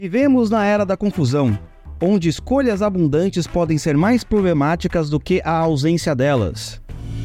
Vivemos na era da confusão, onde escolhas abundantes podem ser mais problemáticas do que a ausência delas.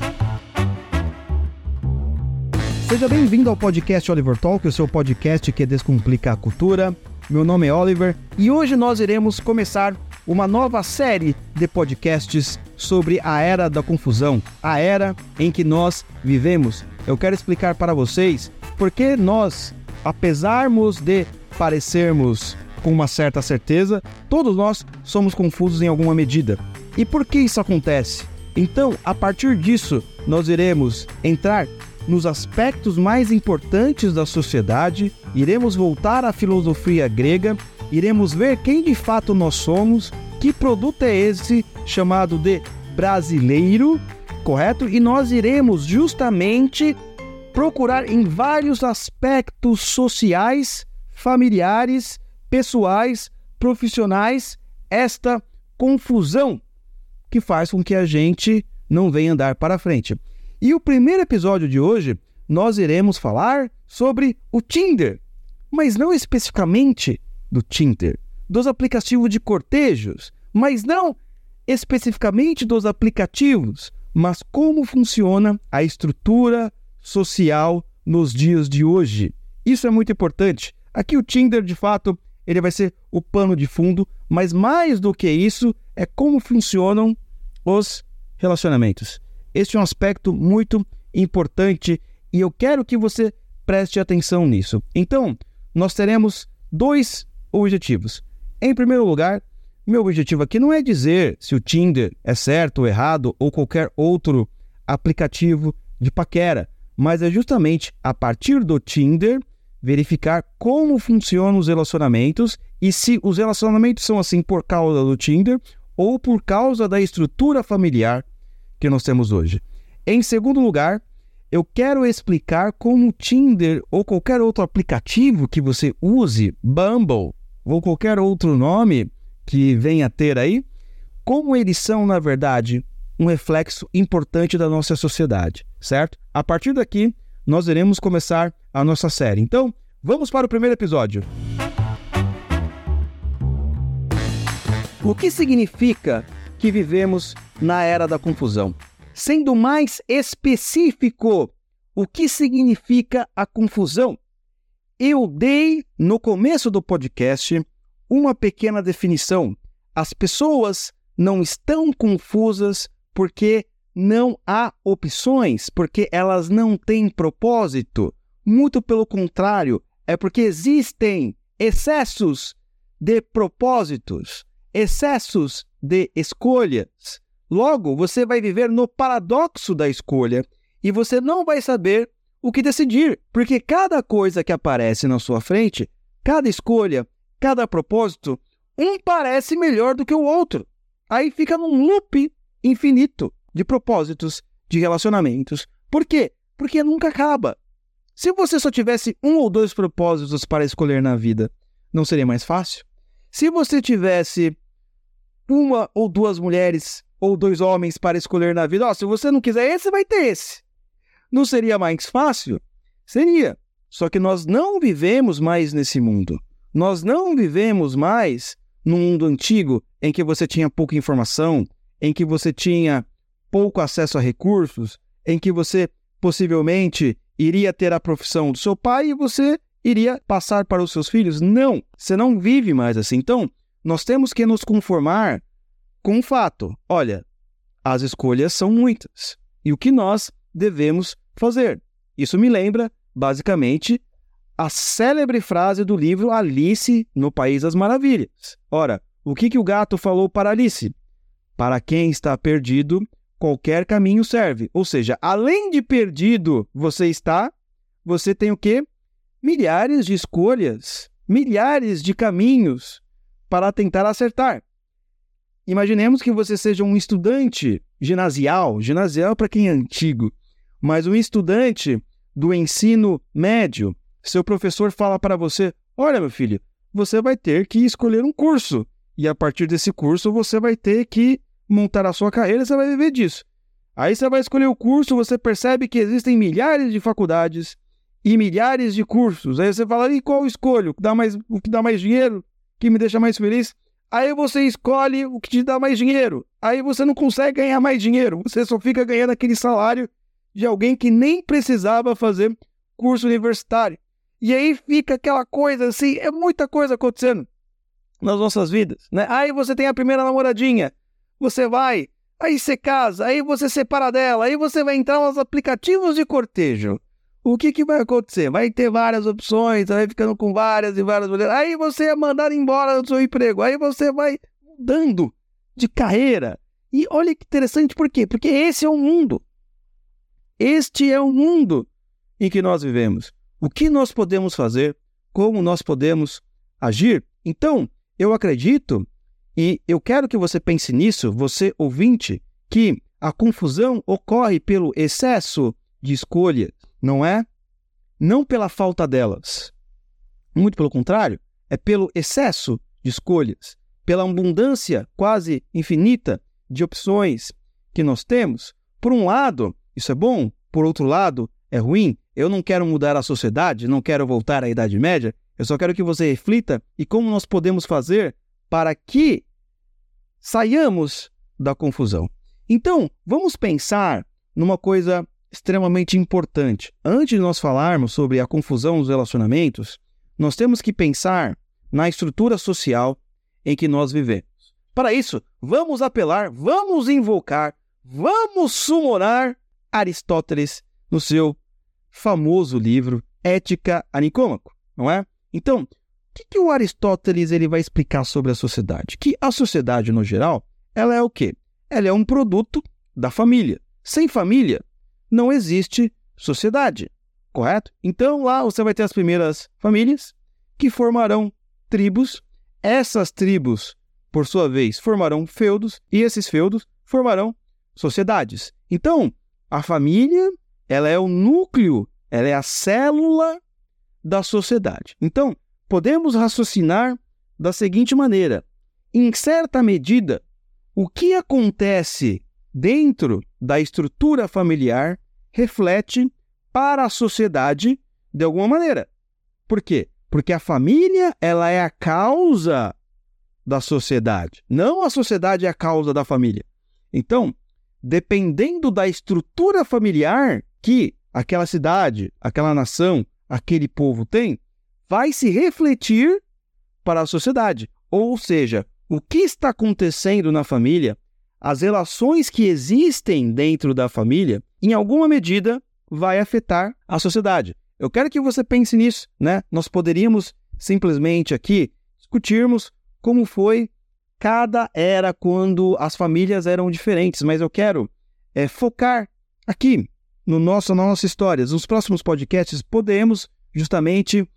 Seja bem-vindo ao podcast Oliver Talk, o seu podcast que descomplica a cultura. Meu nome é Oliver e hoje nós iremos começar uma nova série de podcasts sobre a era da confusão, a era em que nós vivemos. Eu quero explicar para vocês porque nós, apesar de parecermos com uma certa certeza, todos nós somos confusos em alguma medida. E por que isso acontece? Então, a partir disso, nós iremos entrar nos aspectos mais importantes da sociedade, iremos voltar à filosofia grega, iremos ver quem de fato nós somos, que produto é esse chamado de brasileiro, correto? E nós iremos justamente procurar em vários aspectos sociais, familiares, pessoais, profissionais, esta confusão que faz com que a gente não venha andar para frente. E o primeiro episódio de hoje, nós iremos falar sobre o Tinder, mas não especificamente do Tinder, dos aplicativos de cortejos, mas não especificamente dos aplicativos, mas como funciona a estrutura social nos dias de hoje. Isso é muito importante. Aqui o Tinder, de fato, ele vai ser o pano de fundo, mas mais do que isso, é como funcionam os relacionamentos. Este é um aspecto muito importante e eu quero que você preste atenção nisso. Então, nós teremos dois objetivos. Em primeiro lugar, meu objetivo aqui não é dizer se o Tinder é certo ou errado ou qualquer outro aplicativo de paquera, mas é justamente a partir do Tinder verificar como funcionam os relacionamentos e se os relacionamentos são assim por causa do Tinder ou por causa da estrutura familiar que nós temos hoje. Em segundo lugar, eu quero explicar como o Tinder ou qualquer outro aplicativo que você use, Bumble ou qualquer outro nome que venha a ter aí, como eles são, na verdade, um reflexo importante da nossa sociedade, certo? A partir daqui, nós iremos começar a nossa série. Então, vamos para o primeiro episódio. O que significa que vivemos na era da confusão? Sendo mais específico, o que significa a confusão? Eu dei, no começo do podcast, uma pequena definição. As pessoas não estão confusas porque não há opções, porque elas não têm propósito. Muito pelo contrário, é porque existem excessos de propósitos, excessos de escolhas. Logo, você vai viver no paradoxo da escolha e você não vai saber o que decidir, porque cada coisa que aparece na sua frente, cada escolha, cada propósito, um parece melhor do que o outro. Aí fica num loop infinito de propósitos, de relacionamentos. Por quê? Porque nunca acaba. Se você só tivesse um ou dois propósitos para escolher na vida, não seria mais fácil? Se você tivesse uma ou duas mulheres ou dois homens para escolher na vida, se você não quiser esse, vai ter esse. Não seria mais fácil? Seria. Só que nós não vivemos mais nesse mundo. Nós não vivemos mais no mundo antigo em que você tinha pouca informação, em que você tinha pouco acesso a recursos, em que você possivelmente iria ter a profissão do seu pai e você iria passar para os seus filhos. Não, você não vive mais assim. Então, nós temos que nos conformar com o fato. Olha, as escolhas são muitas. E o que nós devemos fazer? Isso me lembra, basicamente, a célebre frase do livro Alice no País das Maravilhas. Ora, o que o gato falou para Alice? Para quem está perdido, qualquer caminho serve. Ou seja, além de perdido você está, você tem o quê? Milhares de escolhas, milhares de caminhos para tentar acertar. Imaginemos que você seja um estudante ginasial para quem é antigo, mas um estudante do ensino médio. Seu professor fala para você, olha meu filho, você vai ter que escolher um curso e a partir desse curso você vai ter que montar a sua carreira e você vai viver disso. Aí você vai escolher o curso, você percebe que existem milhares de faculdades e milhares de cursos. Aí você fala, e qual eu escolho? O que dá mais dinheiro? que me deixa mais feliz. Aí você escolhe o que te dá mais dinheiro. Aí você não consegue ganhar mais dinheiro. Você só fica ganhando aquele salário de alguém que nem precisava fazer curso universitário. E aí fica aquela coisa assim, é muita coisa acontecendo nas nossas vidas, né? Aí você tem a primeira namoradinha, você vai, aí você casa, aí você separa dela, aí você vai entrar nos aplicativos de cortejo. O que vai acontecer? Vai ter várias opções, vai ficando com várias e várias mulheres. Aí você é mandado embora do seu emprego. Aí você vai mudando de carreira. E olha que interessante, por quê? Porque esse é o mundo. Este é o mundo em que nós vivemos. O que nós podemos fazer? Como nós podemos agir? Então, eu acredito, e eu quero que você pense nisso, você ouvinte, que a confusão ocorre pelo excesso de escolha. Não é? Não pela falta delas. Muito pelo contrário, é pelo excesso de escolhas, pela abundância quase infinita de opções que nós temos. Por um lado, isso é bom, por outro lado, é ruim. Eu não quero mudar a sociedade, não quero voltar à Idade Média, eu só quero que você reflita e como nós podemos fazer para que saiamos da confusão. Então, vamos pensar numa coisa extremamente importante. Antes de nós falarmos sobre a confusão nos relacionamentos, nós temos que pensar na estrutura social em que nós vivemos. Para isso, vamos apelar, vamos invocar, vamos summonar Aristóteles no seu famoso livro Ética a Nicômaco, não é? Então, o que o Aristóteles ele vai explicar sobre a sociedade? Que a sociedade, no geral, ela é o quê? Ela é um produto da família. Sem família, não existe sociedade, correto? Então lá você vai ter as primeiras famílias que formarão tribos. Essas tribos, por sua vez, formarão feudos e esses feudos formarão sociedades. Então, a família, ela é o núcleo, ela é a célula da sociedade. Então, podemos raciocinar da seguinte maneira: em certa medida, o que acontece dentro da estrutura familiar reflete para a sociedade de alguma maneira. Por quê? Porque a família ela é a causa da sociedade, não a sociedade é a causa da família. Então, dependendo da estrutura familiar que aquela cidade, aquela nação, aquele povo tem, vai se refletir para a sociedade. Ou seja, o que está acontecendo na família, as relações que existem dentro da família, em alguma medida, vai afetar a sociedade. Eu quero que você pense nisso, né? Nós poderíamos simplesmente aqui discutirmos como foi cada era quando as famílias eram diferentes, mas eu quero focar aqui na nossa história. Nos próximos podcasts podemos justamente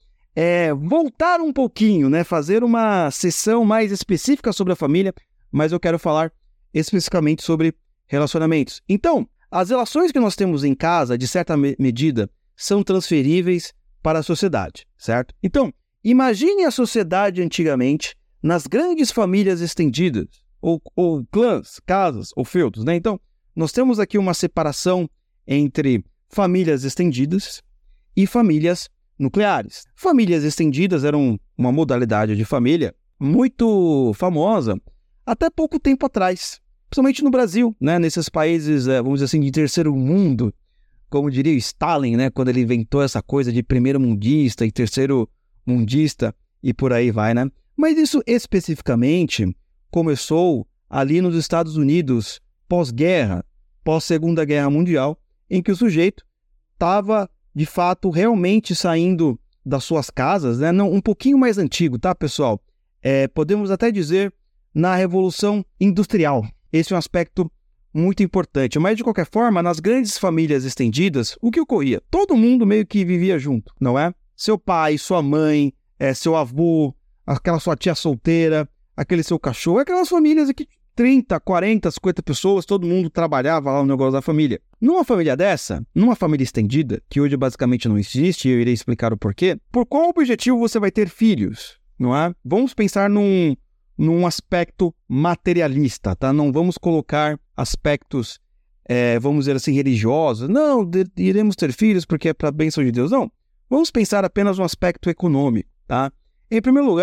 voltar um pouquinho, né? Fazer uma sessão mais específica sobre a família, mas eu quero falar especificamente sobre relacionamentos. Então, as relações que nós temos em casa, de certa medida, são transferíveis para a sociedade, certo? Então, imagine a sociedade antigamente nas grandes famílias estendidas, ou clãs, casas ou feudos, né? Então, nós temos aqui uma separação entre famílias estendidas e famílias nucleares. Famílias estendidas eram uma modalidade de família muito famosa até pouco tempo atrás, principalmente no Brasil, né? Nesses países, vamos dizer assim, de terceiro mundo, como diria Stalin, né? Quando ele inventou essa coisa de primeiro mundista e terceiro mundista e por aí vai, né? Mas isso especificamente começou ali nos Estados Unidos, pós-guerra, pós-Segunda Guerra Mundial, em que o sujeito estava, de fato, realmente saindo das suas casas, né? Não, um pouquinho mais antigo, tá, pessoal? Podemos até dizer na Revolução Industrial. Esse é um aspecto muito importante. Mas, de qualquer forma, nas grandes famílias estendidas, o que ocorria? Todo mundo meio que vivia junto, não é? Seu pai, sua mãe, seu avô, aquela sua tia solteira, aquele seu cachorro, aquelas famílias aqui, 30, 40, 50 pessoas, todo mundo trabalhava lá no negócio da família. Numa família dessa, numa família estendida, que hoje basicamente não existe, e eu irei explicar o porquê, por qual objetivo você vai ter filhos, não é? Vamos pensar num aspecto materialista, tá? Não vamos colocar aspectos, vamos dizer assim, religiosos. Não, iremos ter filhos porque é para a bênção de Deus. Não, vamos pensar apenas no aspecto econômico, tá? Em primeiro lugar,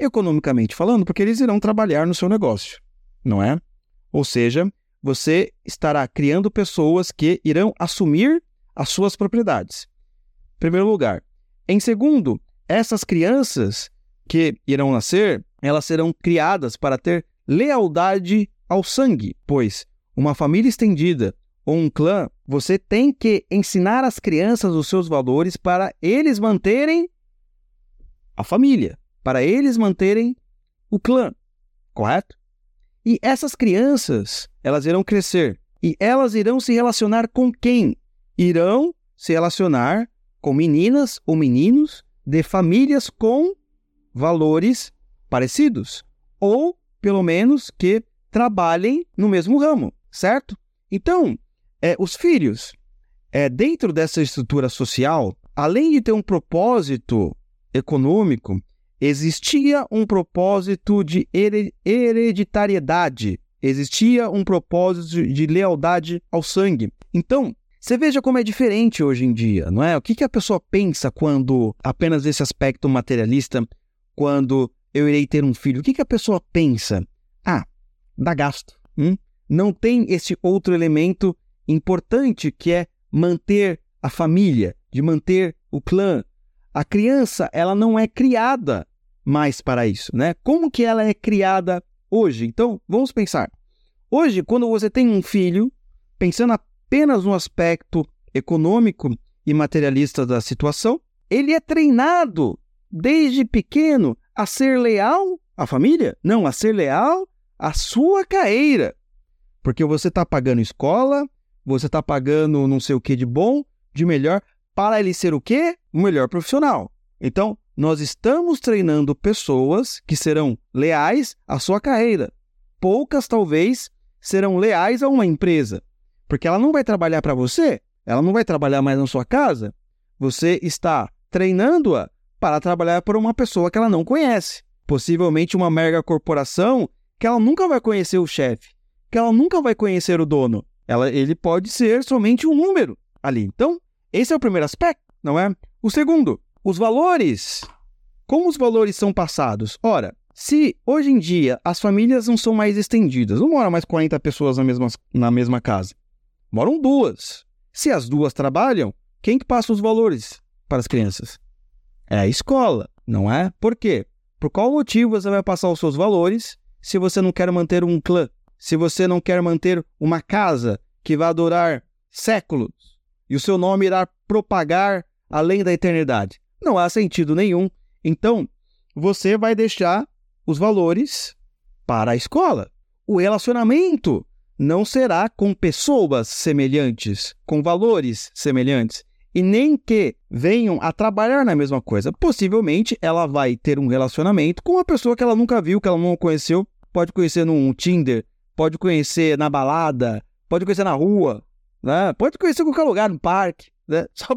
Economicamente falando, porque eles irão trabalhar no seu negócio, não é? Ou seja, você estará criando pessoas que irão assumir as suas propriedades. Em primeiro lugar. Em segundo, essas crianças que irão nascer, elas serão criadas para ter lealdade ao sangue, pois uma família estendida ou um clã, você tem que ensinar às crianças os seus valores para eles manterem a família, para eles manterem o clã, correto? E essas crianças, elas irão crescer e elas irão se relacionar com quem? Irão se relacionar com meninas ou meninos de famílias com valores parecidos, ou pelo menos que trabalhem no mesmo ramo, certo? Então, os filhos, dentro dessa estrutura social, além de ter um propósito econômico, existia um propósito de hereditariedade, existia um propósito de lealdade ao sangue. Então, você veja como é diferente hoje em dia, não é? O que a pessoa pensa quando apenas esse aspecto materialista, quando eu irei ter um filho? O que a pessoa pensa? Dá gasto. Não tem esse outro elemento importante que é manter a família, de manter o clã. A criança, ela não é criada mais para isso, né? Como que ela é criada hoje? Então, vamos pensar. Hoje, quando você tem um filho, pensando apenas no aspecto econômico e materialista da situação, ele é treinado desde pequeno a ser leal à família? Não, a ser leal à sua carreira. Porque você está pagando escola, você está pagando não sei o que de bom, de melhor, para ele ser o quê? O melhor profissional. Então, nós estamos treinando pessoas que serão leais à sua carreira. Poucas, talvez, serão leais a uma empresa. Porque ela não vai trabalhar para você, ela não vai trabalhar mais na sua casa. Você está treinando-a para trabalhar para uma pessoa que ela não conhece. Possivelmente uma mega corporação que ela nunca vai conhecer o chefe, que ela nunca vai conhecer o dono. Ele pode ser somente um número ali. Então, esse é o primeiro aspecto, não é? O segundo, os valores. Como os valores são passados? Ora, se hoje em dia as famílias não são mais estendidas, não moram mais 40 pessoas na mesma casa, moram 2. Se as 2 trabalham, quem que passa os valores para as crianças? É a escola, não é? Por quê? Por qual motivo você vai passar os seus valores se você não quer manter um clã? Se você não quer manter uma casa que vai durar séculos e o seu nome irá propagar além da eternidade? Não há sentido nenhum. Então, você vai deixar os valores para a escola. O relacionamento não será com pessoas semelhantes, com valores semelhantes, e nem que venham a trabalhar na mesma coisa. Possivelmente, ela vai ter um relacionamento com uma pessoa que ela nunca viu, que ela não conheceu, pode conhecer num Tinder, pode conhecer na balada, pode conhecer na rua, né? Pode conhecer em qualquer lugar, no parque, né? Só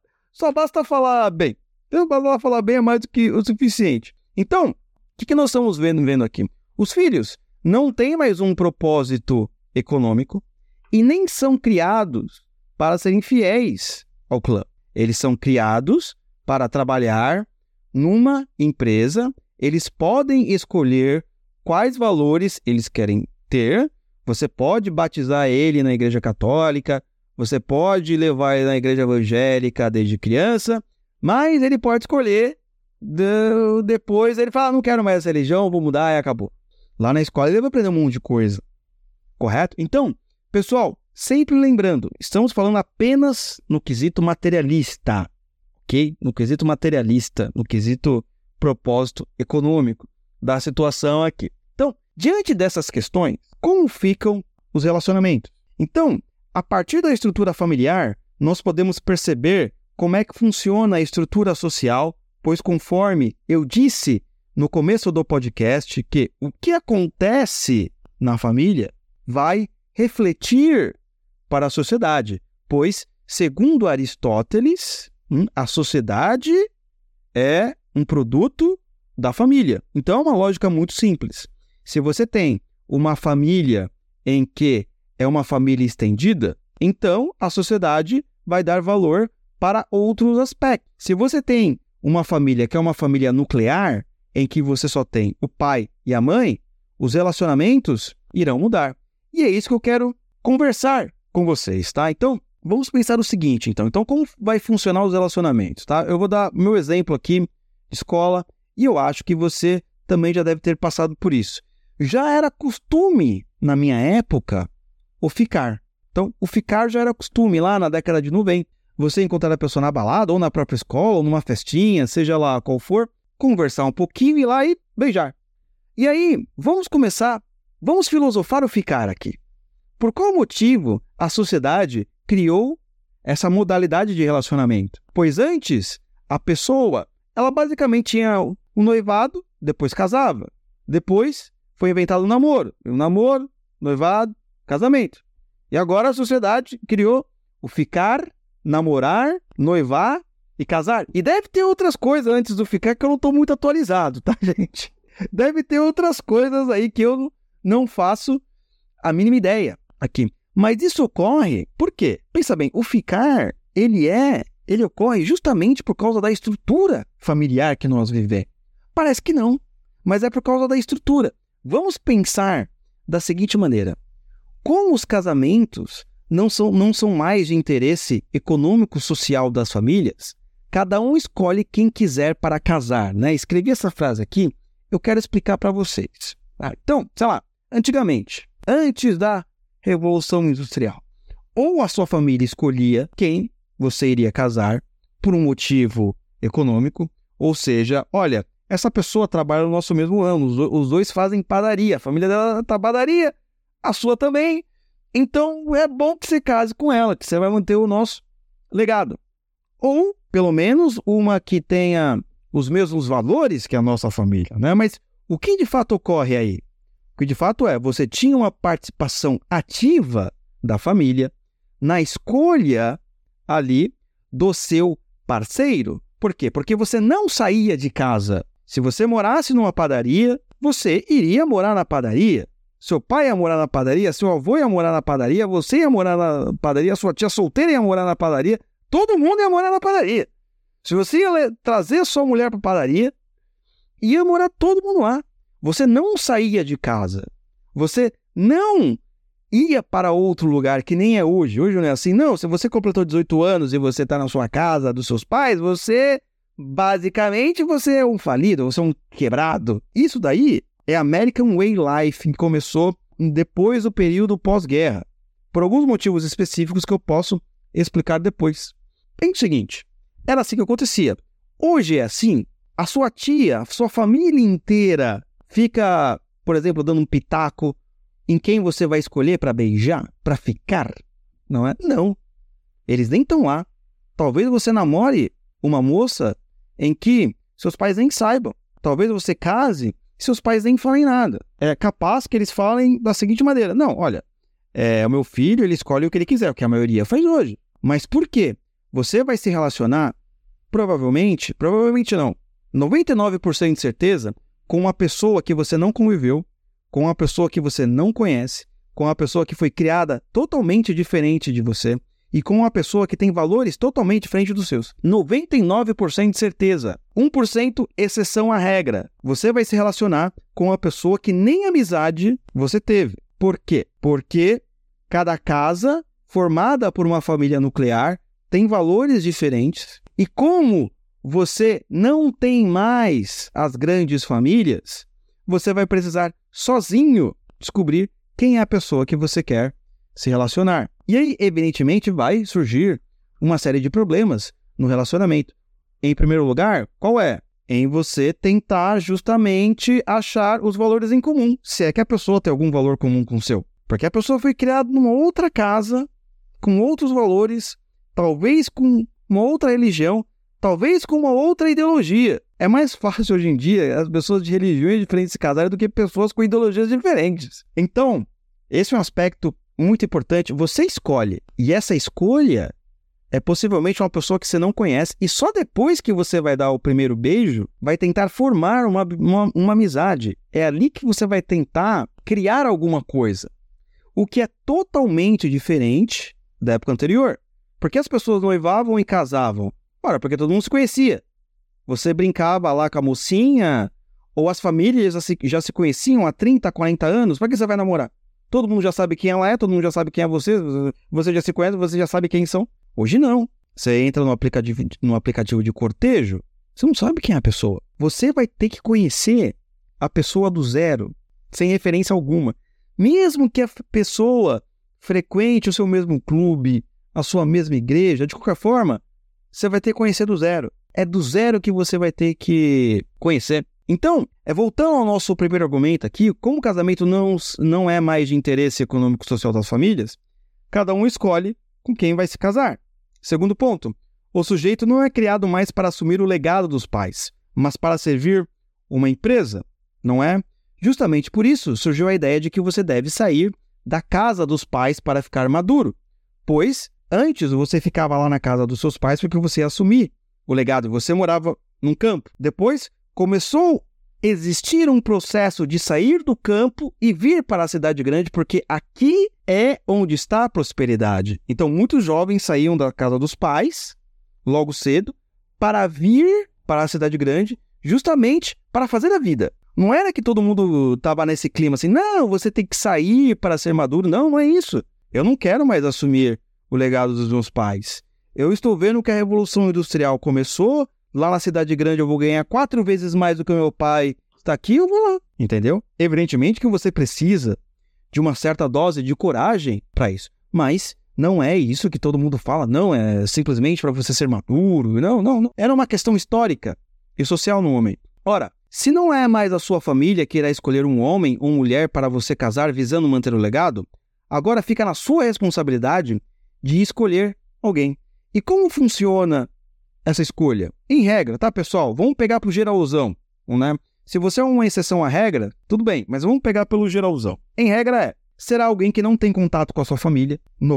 basta falar bem. Então, falar bem é mais do que o suficiente. Então, o que nós estamos vendo aqui? Os filhos não têm mais um propósito econômico e nem são criados para serem fiéis ao clã. Eles são criados para trabalhar numa empresa. Eles podem escolher quais valores eles querem ter. Você pode batizar ele na igreja católica, você pode levar ele na igreja evangélica desde criança, mas ele pode escolher, depois ele fala, não quero mais essa religião, vou mudar e acabou. Lá na escola ele vai aprender um monte de coisa, correto? Então, pessoal, sempre lembrando, estamos falando apenas no quesito materialista, ok? No quesito materialista, no quesito propósito econômico da situação aqui. Então, diante dessas questões, como ficam os relacionamentos? Então, a partir da estrutura familiar, nós podemos perceber como é que funciona a estrutura social, pois conforme eu disse no começo do podcast, que o que acontece na família vai refletir para a sociedade, pois, segundo Aristóteles, a sociedade é um produto da família. Então, é uma lógica muito simples. Se você tem uma família em que é uma família estendida, então a sociedade vai dar valor para outros aspectos. Se você tem uma família que é uma família nuclear, em que você só tem o pai e a mãe, os relacionamentos irão mudar. E é isso que eu quero conversar com vocês, tá? Então, vamos pensar o seguinte, então como vai funcionar os relacionamentos, tá? Eu vou dar meu exemplo aqui, escola, e eu acho que você também já deve ter passado por isso. Já era costume, na minha época, o ficar. Então, o ficar já era costume lá na década de 90. Você encontrar a pessoa na balada, ou na própria escola, ou numa festinha, seja lá qual for, conversar um pouquinho, ir lá e beijar. E aí, vamos filosofar o ficar aqui. Por qual motivo a sociedade criou essa modalidade de relacionamento? Pois antes, a pessoa, ela basicamente tinha um noivado, depois casava. Depois foi inventado o namoro. O namoro, noivado, casamento. E agora a sociedade criou o ficar, namorar, noivar e casar. E deve ter outras coisas antes do ficar que eu não estou muito atualizado, tá, gente? Deve ter outras coisas aí que eu não faço a mínima ideia aqui. Mas isso ocorre, por quê? Pensa bem, o ficar, ele ocorre justamente por causa da estrutura familiar que nós vivemos. Parece que não, mas é por causa da estrutura. Vamos pensar da seguinte maneira. Como os casamentos não são mais de interesse econômico-social das famílias, cada um escolhe quem quiser para casar, né? Escrevi essa frase aqui, eu quero explicar para vocês. Então, sei lá, antigamente, antes da Revolução Industrial, ou a sua família escolhia quem você iria casar por um motivo econômico, ou seja, olha, essa pessoa trabalha no nosso mesmo ramo, os dois fazem padaria, a família dela tá padaria, a sua também, então é bom que você case com ela, que você vai manter o nosso legado. Ou, pelo menos, uma que tenha os mesmos valores que a nossa família, né? Mas o que de fato ocorre aí? O que de fato você tinha uma participação ativa da família na escolha ali do seu parceiro. Por quê? Porque você não saía de casa. Se você morasse numa padaria, você iria morar na padaria. Seu pai ia morar na padaria, seu avô ia morar na padaria, você ia morar na padaria, sua tia solteira ia morar na padaria, todo mundo ia morar na padaria. Se você ia trazer sua mulher para a padaria, ia morar todo mundo lá. Você não saía de casa. Você não ia para outro lugar, que nem é hoje. Hoje não é assim. Não, se você completou 18 anos e você está na sua casa dos seus pais, basicamente, você é um falido, você é um quebrado. Isso daí é American Way Life, que começou depois do período pós-guerra, por alguns motivos específicos que eu posso explicar depois. Pense o seguinte, era assim que acontecia. Hoje é assim, a sua tia, a sua família inteira fica, por exemplo, dando um pitaco em quem você vai escolher para beijar, para ficar, não é? Não, eles nem estão lá. Talvez você namore uma moça em que seus pais nem saibam. Talvez você case e seus pais nem falem nada. É capaz que eles falem da seguinte maneira. Não, olha, o meu filho, ele escolhe o que ele quiser, o que a maioria faz hoje. Mas por quê? Você vai se relacionar, provavelmente não, 99% de certeza, com uma pessoa que você não conviveu, com uma pessoa que você não conhece, com uma pessoa que foi criada totalmente diferente de você, e com uma pessoa que tem valores totalmente diferentes dos seus. 99% de certeza. 1% exceção à regra. Você vai se relacionar com uma pessoa que nem amizade você teve. Por quê? Porque cada casa formada por uma família nuclear tem valores diferentes. E como você não tem mais as grandes famílias, você vai precisar sozinho descobrir quem é a pessoa que você quer se relacionar. E aí, evidentemente, vai surgir uma série de problemas no relacionamento. Em primeiro lugar, qual é? Em você tentar justamente achar os valores em comum, se é que a pessoa tem algum valor comum com o seu. Porque a pessoa foi criada numa outra casa, com outros valores, talvez com uma outra religião, talvez com uma outra ideologia. É mais fácil hoje em dia as pessoas de religiões diferentes se casarem do que pessoas com ideologias diferentes. Então, esse é um aspecto muito importante. Você escolhe, e essa escolha é possivelmente uma pessoa que você não conhece, e só depois que você vai dar o primeiro beijo, vai tentar formar uma amizade. É ali que você vai tentar criar alguma coisa, o que é totalmente diferente da época anterior. Porque as pessoas noivavam e casavam? Ora, porque todo mundo se conhecia. Você brincava lá com a mocinha, Ou as famílias já se conheciam há 30, 40 anos, para que você vai namorar? Todo mundo já sabe quem ela é, todo mundo já sabe quem é você já se conhece, você já sabe quem são. Hoje não. Você entra no aplicativo de cortejo, você não sabe quem é a pessoa. Você vai ter que conhecer a pessoa do zero, sem referência alguma. Mesmo que a pessoa frequente o seu mesmo clube, a sua mesma igreja, de qualquer forma, você vai ter que conhecer do zero. É do zero que você vai ter que conhecer. Então, voltando ao nosso primeiro argumento aqui, como o casamento não é mais de interesse econômico e social das famílias, cada um escolhe com quem vai se casar. Segundo ponto, o sujeito não é criado mais para assumir o legado dos pais, mas para servir uma empresa, não é? Justamente por isso surgiu a ideia de que você deve sair da casa dos pais para ficar maduro, pois antes você ficava lá na casa dos seus pais porque você ia assumir o legado, você morava num campo. Depois começou a existir um processo de sair do campo e vir para a cidade grande, porque aqui é onde está a prosperidade. Então, muitos jovens saíam da casa dos pais, logo cedo, para vir para a cidade grande, justamente para fazer a vida. Não era que todo mundo estava nesse clima assim, não, você tem que sair para ser maduro. Não, não é isso. Eu não quero mais assumir o legado dos meus pais. Eu estou vendo que a Revolução Industrial começou, lá na cidade grande eu vou ganhar 4 vezes mais do que o meu pai está aqui, eu vou lá, entendeu? Evidentemente que você precisa de uma certa dose de coragem para isso, mas não é isso que todo mundo fala, não, é simplesmente para você ser maduro, não. Era uma questão histórica e social no momento. Ora, se não é mais a sua família que irá escolher um homem ou mulher para você casar visando manter o legado, agora fica na sua responsabilidade de escolher alguém. E como funciona essa escolha? Em regra, tá, pessoal? Vamos pegar pro geralzão, né? Se você é uma exceção à regra, tudo bem, mas vamos pegar pelo geralzão. Em regra será alguém que não tem contato com a sua família,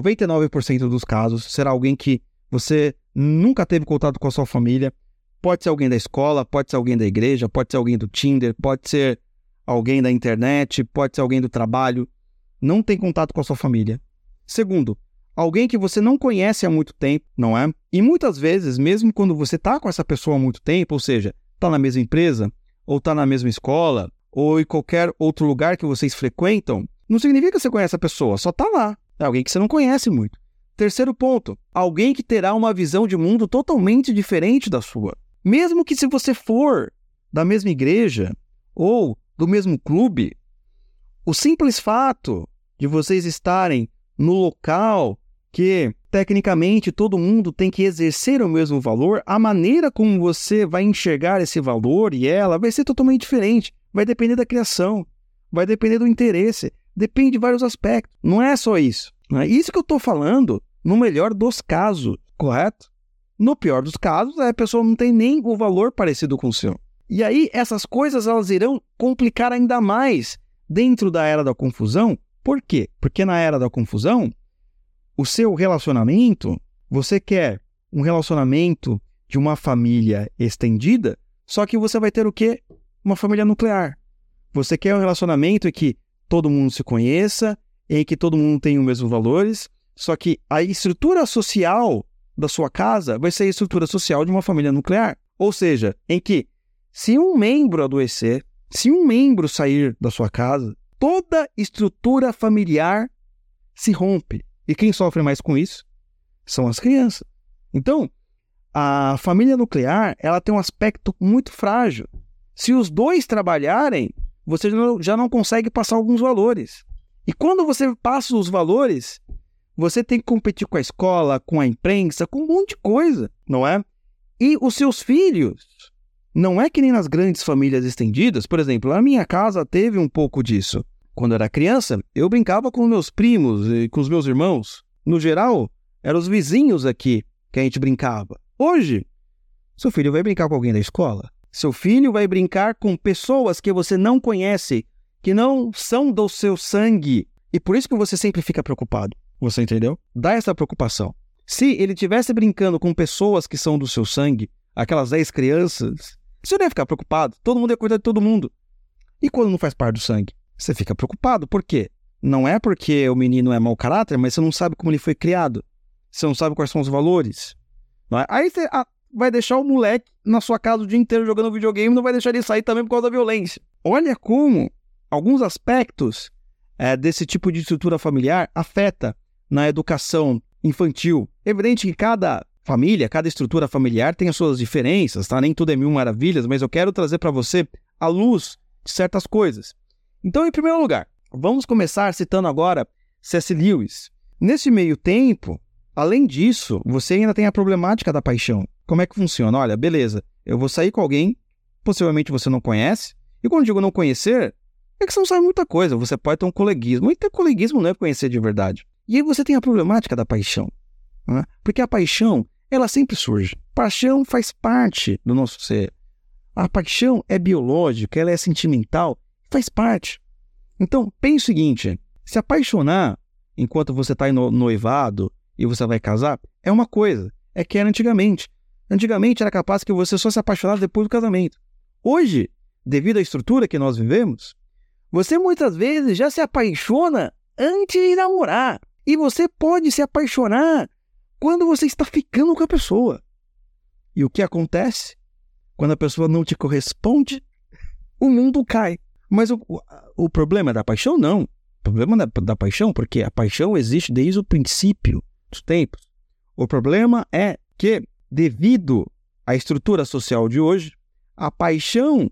99% dos casos, será alguém que você nunca teve contato com a sua família, pode ser alguém da escola, pode ser alguém da igreja, pode ser alguém do Tinder, pode ser alguém da internet, pode ser alguém do trabalho, não tem contato com a sua família. Segundo, alguém que você não conhece há muito tempo, não é? E muitas vezes, mesmo quando você está com essa pessoa há muito tempo, ou seja, está na mesma empresa, ou está na mesma escola, ou em qualquer outro lugar que vocês frequentam, não significa que você conhece a pessoa, só está lá. É alguém que você não conhece muito. Terceiro ponto, alguém que terá uma visão de mundo totalmente diferente da sua. Mesmo que se você for da mesma igreja ou do mesmo clube, o simples fato de vocês estarem no local que, tecnicamente, todo mundo tem que exercer o mesmo valor, a maneira como você vai enxergar esse valor e ela vai ser totalmente diferente. Vai depender da criação, vai depender do interesse, depende de vários aspectos. Não é só isso. Não é isso que eu estou falando no melhor dos casos, correto? No pior dos casos, a pessoa não tem nem o valor parecido com o seu. E aí, essas coisas elas irão complicar ainda mais dentro da era da confusão. Por quê? Porque na era da confusão, o seu relacionamento, você quer um relacionamento de uma família estendida, só que você vai ter o quê? Uma família nuclear. Você quer um relacionamento em que todo mundo se conheça, em que todo mundo tenha os mesmos valores, só que a estrutura social da sua casa vai ser a estrutura social de uma família nuclear. Ou seja, em que se um membro adoecer, se um membro sair da sua casa, toda estrutura familiar se rompe. E quem sofre mais com isso são as crianças. Então, a família nuclear ela tem um aspecto muito frágil. Se os dois trabalharem, você já não consegue passar alguns valores. E quando você passa os valores, você tem que competir com a escola, com a imprensa, com um monte de coisa, não é? E os seus filhos, não é que nem nas grandes famílias estendidas. Por exemplo, a minha casa teve um pouco disso. Quando eu era criança, eu brincava com meus primos e com os meus irmãos. No geral, eram os vizinhos aqui que a gente brincava. Hoje, seu filho vai brincar com alguém da escola. Seu filho vai brincar com pessoas que você não conhece, que não são do seu sangue. E por isso que você sempre fica preocupado. Você entendeu? Dá essa preocupação. Se ele estivesse brincando com pessoas que são do seu sangue, aquelas 10 crianças, você não ia ficar preocupado. Todo mundo ia cuidar de todo mundo. E quando não faz parte do sangue? Você fica preocupado. Por quê? Não é porque o menino é mau caráter, mas você não sabe como ele foi criado. Você não sabe quais são os valores. Não é? Aí vai deixar o moleque na sua casa o dia inteiro jogando videogame, não vai deixar ele sair também por causa da violência. Olha como alguns aspectos desse tipo de estrutura familiar afeta na educação infantil. É evidente que cada família, cada estrutura familiar tem as suas diferenças, tá? Nem tudo é mil maravilhas, mas eu quero trazer para você a luz de certas coisas. Então, em primeiro lugar, vamos começar citando agora C.S. Lewis. Nesse meio tempo, além disso, você ainda tem a problemática da paixão. Como é que funciona? Olha, beleza, eu vou sair com alguém, possivelmente você não conhece, e quando digo não conhecer, é que você não sabe muita coisa, você pode ter um coleguismo, e ter coleguismo não é conhecer de verdade. E aí você tem a problemática da paixão, né? Porque a paixão, ela sempre surge. Paixão faz parte do nosso ser. A paixão é biológica, ela é sentimental, faz parte. Então, pense o seguinte, se apaixonar enquanto você está no noivado e você vai casar, é uma coisa, é que era antigamente. Antigamente era capaz que você só se apaixonasse depois do casamento. Hoje, devido à estrutura que nós vivemos, você muitas vezes já se apaixona antes de namorar. E você pode se apaixonar quando você está ficando com a pessoa. E o que acontece? Quando a pessoa não te corresponde, o mundo cai. Mas o problema é da paixão? Não. O problema da paixão, porque a paixão existe desde o princípio dos tempos. O problema é que, devido à estrutura social de hoje, a paixão,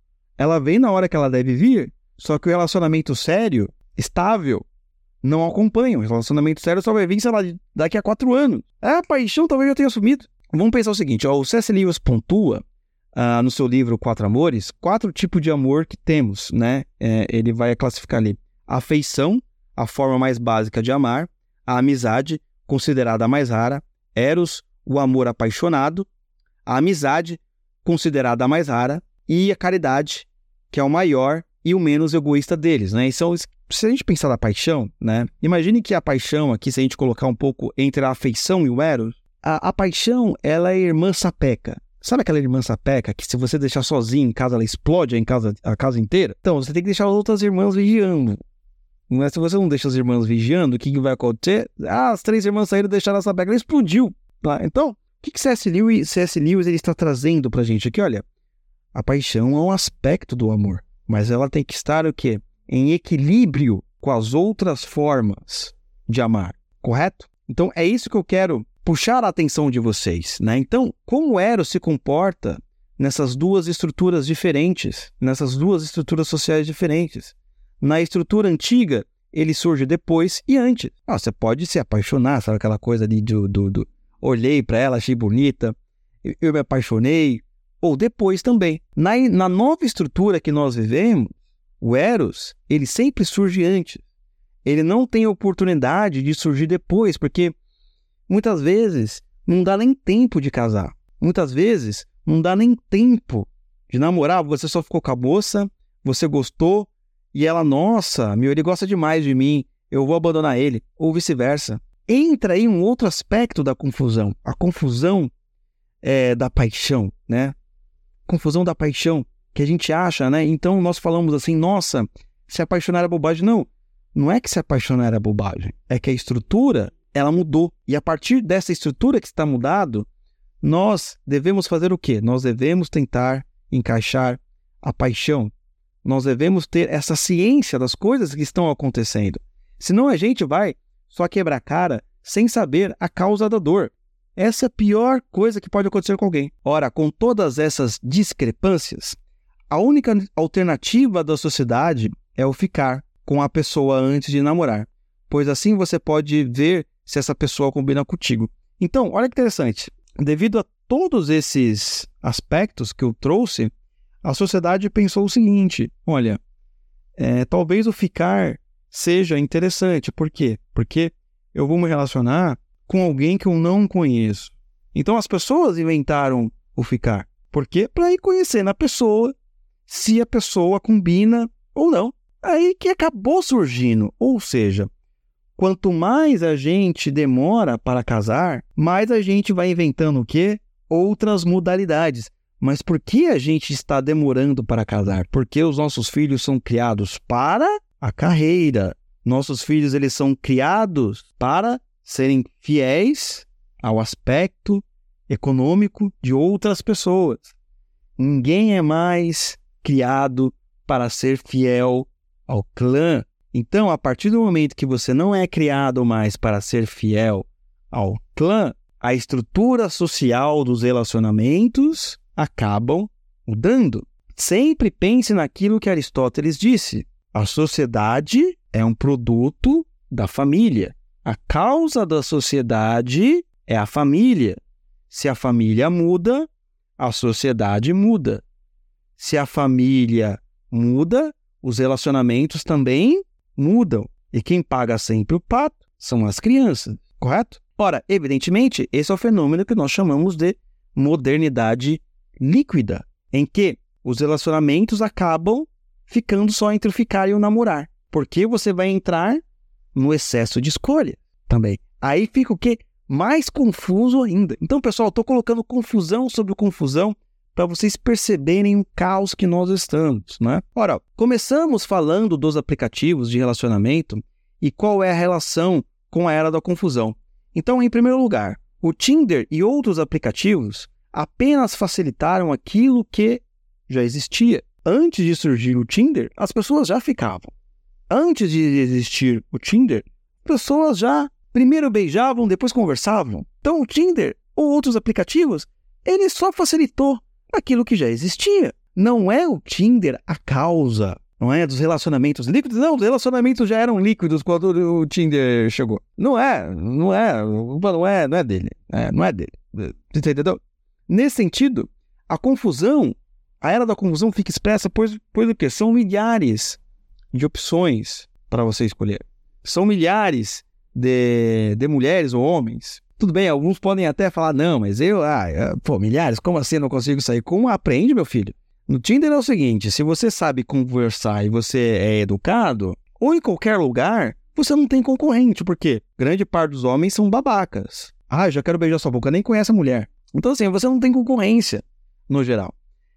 ela vem na hora que ela deve vir, só que o relacionamento sério, estável, não acompanha. O relacionamento sério só vai vir, sei lá, daqui a 4 anos. A paixão talvez já tenha sumido. Vamos pensar o seguinte, o C.S. Lewis pontua no seu livro 4 Amores, 4 tipos de amor que temos, né? Ele vai classificar ali a afeição, a forma mais básica de amar, a amizade, considerada a mais rara, eros, o amor apaixonado, a amizade, considerada a mais rara, e a caridade, que é o maior e o menos egoísta deles, né? Então, se a gente pensar na paixão, né? Imagine que a paixão aqui, se a gente colocar um pouco entre a afeição e o eros, a paixão, ela é irmã sapeca. Sabe aquela irmã sapeca que se você deixar sozinho em casa, ela explode a casa inteira? Então, você tem que deixar as outras irmãs vigiando. Mas se você não deixa as irmãs vigiando, o que vai acontecer? As 3 irmãs saíram e deixaram a sapeca, ela explodiu. Tá? Então, o que C.S. Lewis ele está trazendo pra gente aqui? Olha, a paixão é um aspecto do amor, mas ela tem que estar o quê? Em equilíbrio com as outras formas de amar, correto? Então, é isso que eu quero puxar a atenção de vocês, né? Então, como o Eros se comporta nessas duas estruturas diferentes, nessas duas estruturas sociais diferentes? Na estrutura antiga, ele surge depois e antes. Você pode se apaixonar, sabe aquela coisa ali do olhei para ela, achei bonita, eu me apaixonei, ou depois também. Na nova estrutura que nós vivemos, o Eros, ele sempre surge antes. Ele não tem oportunidade de surgir depois, porque muitas vezes não dá nem tempo de casar. Muitas vezes não dá nem tempo de namorar. Você só ficou com a moça, você gostou, e ela, nossa, ele gosta demais de mim, eu vou abandonar ele, ou vice-versa. Entra aí um outro aspecto da confusão, a confusão da paixão, né? Confusão da paixão, que a gente acha, né? Então nós falamos assim, nossa, se apaixonar é bobagem. Não é que se apaixonar é bobagem, é que a estrutura, ela mudou. E a partir dessa estrutura que está mudado, nós devemos fazer o quê? Nós devemos tentar encaixar a paixão. Nós devemos ter essa ciência das coisas que estão acontecendo. Senão a gente vai só quebrar a cara sem saber a causa da dor. Essa é a pior coisa que pode acontecer com alguém. Ora, com todas essas discrepâncias, a única alternativa da sociedade é o ficar com a pessoa antes de namorar, pois assim você pode ver se essa pessoa combina contigo. Então, olha que interessante. Devido a todos esses aspectos que eu trouxe, a sociedade pensou o seguinte, olha, talvez o ficar seja interessante. Por quê? Porque eu vou me relacionar com alguém que eu não conheço. Então as pessoas inventaram o ficar. Por quê? Para ir conhecendo a pessoa, se a pessoa combina ou não. Aí que acabou surgindo. Ou seja, quanto mais a gente demora para casar, mais a gente vai inventando o quê? Outras modalidades. Mas por que a gente está demorando para casar? Porque os nossos filhos são criados para a carreira. Nossos filhos, eles são criados para serem fiéis ao aspecto econômico de outras pessoas. Ninguém é mais criado para ser fiel ao clã. Então, a partir do momento que você não é criado mais para ser fiel ao clã, a estrutura social dos relacionamentos acabam mudando. Sempre pense naquilo que Aristóteles disse. A sociedade é um produto da família. A causa da sociedade é a família. Se a família muda, a sociedade muda. Se a família muda, os relacionamentos também mudam. E quem paga sempre o pato são as crianças, correto? Ora, evidentemente, esse é o fenômeno que nós chamamos de modernidade líquida, em que os relacionamentos acabam ficando só entre o ficar e o namorar, porque você vai entrar no excesso de escolha também. Aí fica o quê? Mais confuso ainda. Então, pessoal, estou colocando confusão sobre confusão para vocês perceberem o caos que nós estamos, né? Ora, começamos falando dos aplicativos de relacionamento e qual é a relação com a era da confusão. Então, em primeiro lugar, o Tinder e outros aplicativos apenas facilitaram aquilo que já existia. Antes de surgir o Tinder, as pessoas já ficavam. Antes de existir o Tinder, pessoas já primeiro beijavam, depois conversavam. Então, o Tinder ou outros aplicativos, ele só facilitou aquilo que já existia. Não é o Tinder a causa, não é dos relacionamentos líquidos. Não, os relacionamentos já eram líquidos quando o Tinder chegou. Não é dele. Não é dele. Você entendeu? Nesse sentido, a era da confusão fica expressa, pois o quê? São milhares de opções para você escolher. São milhares de mulheres ou homens. Tudo bem, alguns podem até falar, não, mas milhares, como assim eu não consigo sair? Como aprende, meu filho? No Tinder é o seguinte, se você sabe conversar e você é educado, ou em qualquer lugar, você não tem concorrente, porque grande parte dos homens são babacas. Eu já quero beijar sua boca, nem conhece a mulher. Então, assim, você não tem concorrência, no geral.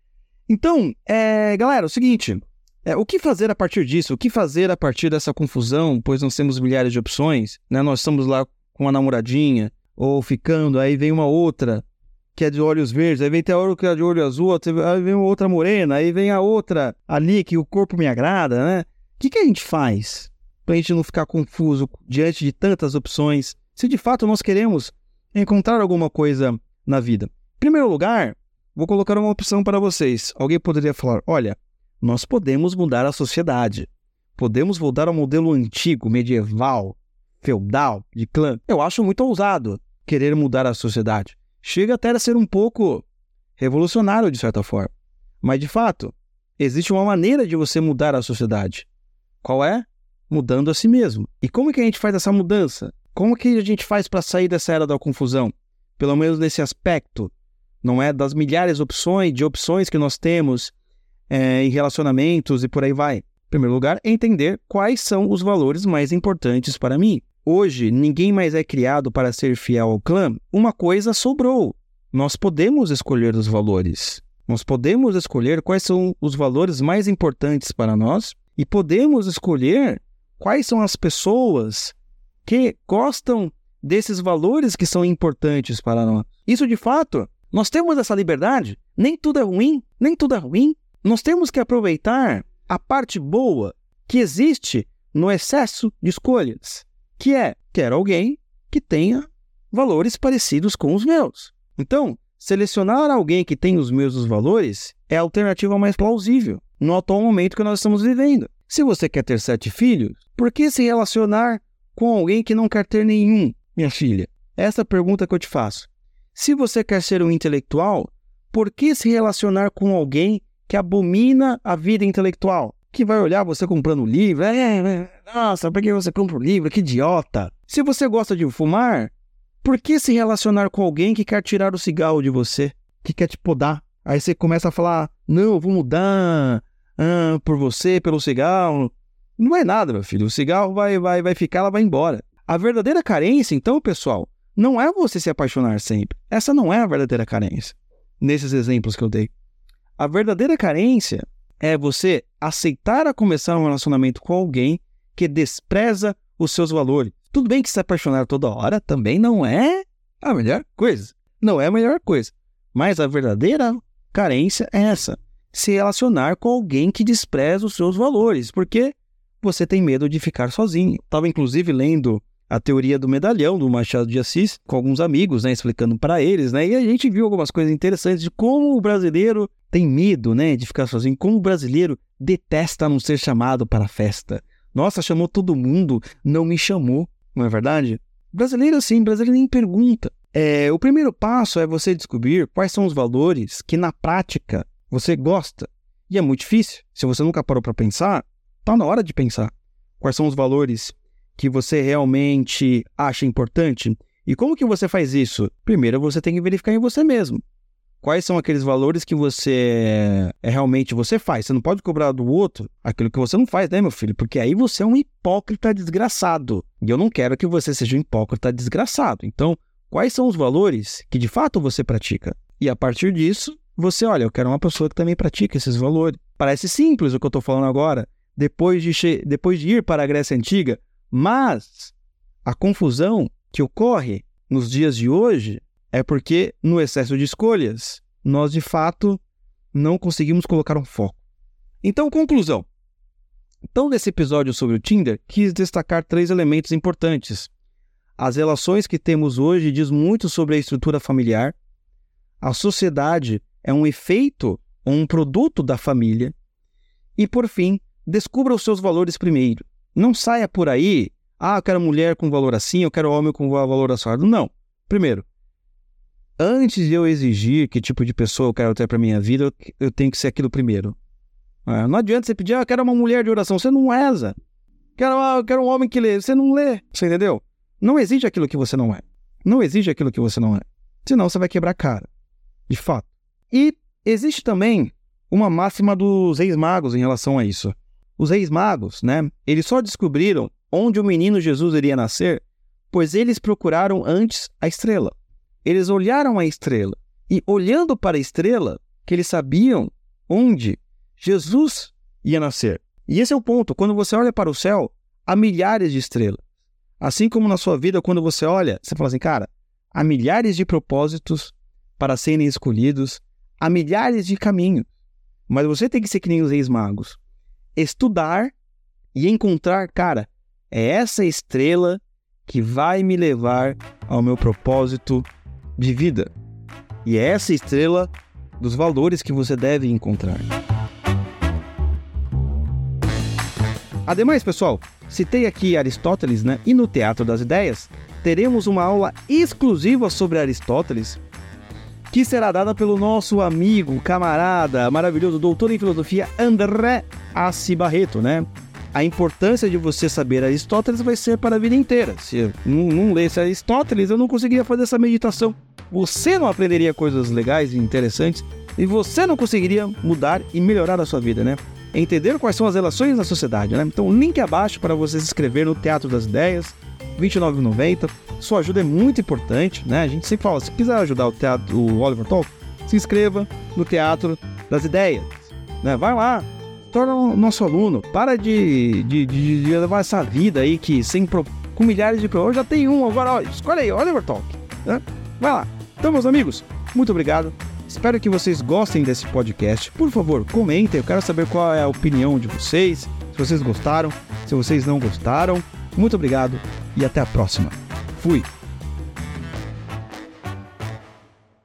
Então, galera, é o seguinte, o que fazer a partir disso? O que fazer a partir dessa confusão? Pois nós temos milhares de opções, né? Nós estamos lá com uma namoradinha, ou ficando, aí vem uma outra que é de olhos verdes, aí vem a outra que é de olho azul, aí vem uma outra morena, aí vem a outra ali que o corpo me agrada, né? O que a gente faz pra gente não ficar confuso diante de tantas opções, se de fato nós queremos encontrar alguma coisa na vida? Em primeiro lugar, vou colocar uma opção para vocês. Alguém poderia falar, olha, nós podemos mudar a sociedade, podemos voltar ao modelo antigo, medieval, feudal, de clã. Eu acho muito ousado querer mudar a sociedade. Chega até a ser um pouco revolucionário, de certa forma. Mas, de fato, existe uma maneira de você mudar a sociedade. Qual é? Mudando a si mesmo. E como que a gente faz essa mudança? Como que a gente faz para sair dessa era da confusão? Pelo menos nesse aspecto, não é? Das milhares de opções que nós temos em relacionamentos e por aí vai. Em primeiro lugar, entender quais são os valores mais importantes para mim. Hoje, ninguém mais é criado para ser fiel ao clã. Uma coisa sobrou. Nós podemos escolher os valores. Nós podemos escolher quais são os valores mais importantes para nós e podemos escolher quais são as pessoas que gostam desses valores que são importantes para nós. Isso, de fato, nós temos essa liberdade. Nem tudo é ruim, nem tudo é ruim. Nós temos que aproveitar a parte boa que existe no excesso de escolhas. Que é, quero alguém que tenha valores parecidos com os meus. Então, selecionar alguém que tem os mesmos valores é a alternativa mais plausível no atual momento que nós estamos vivendo. Se você quer ter 7 filhos, por que se relacionar com alguém que não quer ter nenhum, minha filha? Essa é a pergunta que eu te faço. Se você quer ser um intelectual, por que se relacionar com alguém que abomina a vida intelectual? Que vai olhar você comprando um livro, nossa, por que você compra um livro? Que idiota! Se você gosta de fumar, por que se relacionar com alguém que quer tirar o cigarro de você? Que quer te podar? Aí você começa a falar, não, eu vou mudar por você, pelo cigarro. Não é nada, meu filho, o cigarro vai ficar, ela vai embora. A verdadeira carência, então, pessoal, não é você se apaixonar sempre. Essa não é a verdadeira carência, nesses exemplos que eu dei. A verdadeira carência é você aceitar a começar um relacionamento com alguém que despreza os seus valores. Tudo bem que se apaixonar toda hora também não é a melhor coisa. Não é a melhor coisa. Mas a verdadeira carência é essa. Se relacionar com alguém que despreza os seus valores, porque você tem medo de ficar sozinho. Estava inclusive lendo a teoria do medalhão do Machado de Assis com alguns amigos, né, explicando para eles, né, e a gente viu algumas coisas interessantes de como o brasileiro tem medo, né, de ficar sozinho, como o brasileiro detesta não ser chamado para a festa. Nossa, chamou todo mundo, não me chamou, não é verdade? Brasileiro assim, brasileiro nem pergunta. O primeiro passo é você descobrir quais são os valores que na prática você gosta. E é muito difícil. Se você nunca parou para pensar, está na hora de pensar. Quais são os valores que você realmente acha importante? E como que você faz isso? Primeiro, você tem que verificar em você mesmo. Quais são aqueles valores que você realmente você faz? Você não pode cobrar do outro aquilo que você não faz, né, meu filho? Porque aí você é um hipócrita desgraçado. E eu não quero que você seja um hipócrita desgraçado. Então, quais são os valores que de fato você pratica? E a partir disso, você, olha, eu quero uma pessoa que também pratica esses valores. Parece simples o que eu estou falando agora, depois de ir para a Grécia Antiga, mas a confusão que ocorre nos dias de hoje é porque, no excesso de escolhas, nós, de fato, não conseguimos colocar um foco. Então, conclusão. Então, nesse episódio sobre o Tinder, quis destacar 3 elementos importantes. As relações que temos hoje diz muito sobre a estrutura familiar. A sociedade é um efeito ou um produto da família. E, por fim, descubra os seus valores primeiro. Não saia por aí, eu quero mulher com valor assim, eu quero homem com valor assado. Não. Primeiro, antes de eu exigir que tipo de pessoa eu quero ter para minha vida, eu tenho que ser aquilo primeiro. Não adianta você pedir, eu quero uma mulher de oração. Você não reza. Eu quero um homem que lê. Você não lê. Você entendeu? Não exige aquilo que você não é. Não exige aquilo que você não é. Senão você vai quebrar a cara. De fato. E existe também uma máxima dos reis magos em relação a isso. Os reis magos, né? Eles só descobriram onde o menino Jesus iria nascer, pois eles procuraram antes a estrela. Eles olharam a estrela e, olhando para a estrela, que eles sabiam onde Jesus ia nascer. E esse é o ponto. Quando você olha para o céu, há milhares de estrelas. Assim como na sua vida, quando você olha, você fala assim, cara, há milhares de propósitos para serem escolhidos, há milhares de caminhos. Mas você tem que ser que nem os reis magos. Estudar e encontrar, cara, é essa estrela que vai me levar ao meu propósito de vida. E é essa estrela dos valores que você deve encontrar. Ademais, pessoal, citei aqui Aristóteles, né? E no Teatro das Ideias, teremos uma aula exclusiva sobre Aristóteles, que será dada pelo nosso amigo, camarada, maravilhoso, doutor em filosofia, André Assi Barreto, né? A importância de você saber Aristóteles vai ser para a vida inteira. Se eu não lesse Aristóteles, eu não conseguiria fazer essa meditação. Você não aprenderia coisas legais e interessantes e você não conseguiria mudar e melhorar a sua vida, né? Entender quais são as relações na sociedade, né? Então, link abaixo para você se inscrever no Teatro das Ideias, R$ 29,90. Sua ajuda é muito importante, né? A gente sempre fala, se quiser ajudar o Oliver Talk, se inscreva no Teatro das Ideias, né? Vai lá, torna o nosso aluno, para de levar essa vida aí que com milhares de problemas. Já tem um, agora escolhe aí, Oliver Talk, né? Vai lá. Então, meus amigos, muito obrigado. Espero que vocês gostem desse podcast. Por favor, comentem, eu quero saber qual é a opinião de vocês, se vocês gostaram, se vocês não gostaram. Muito obrigado e até a próxima. Fui!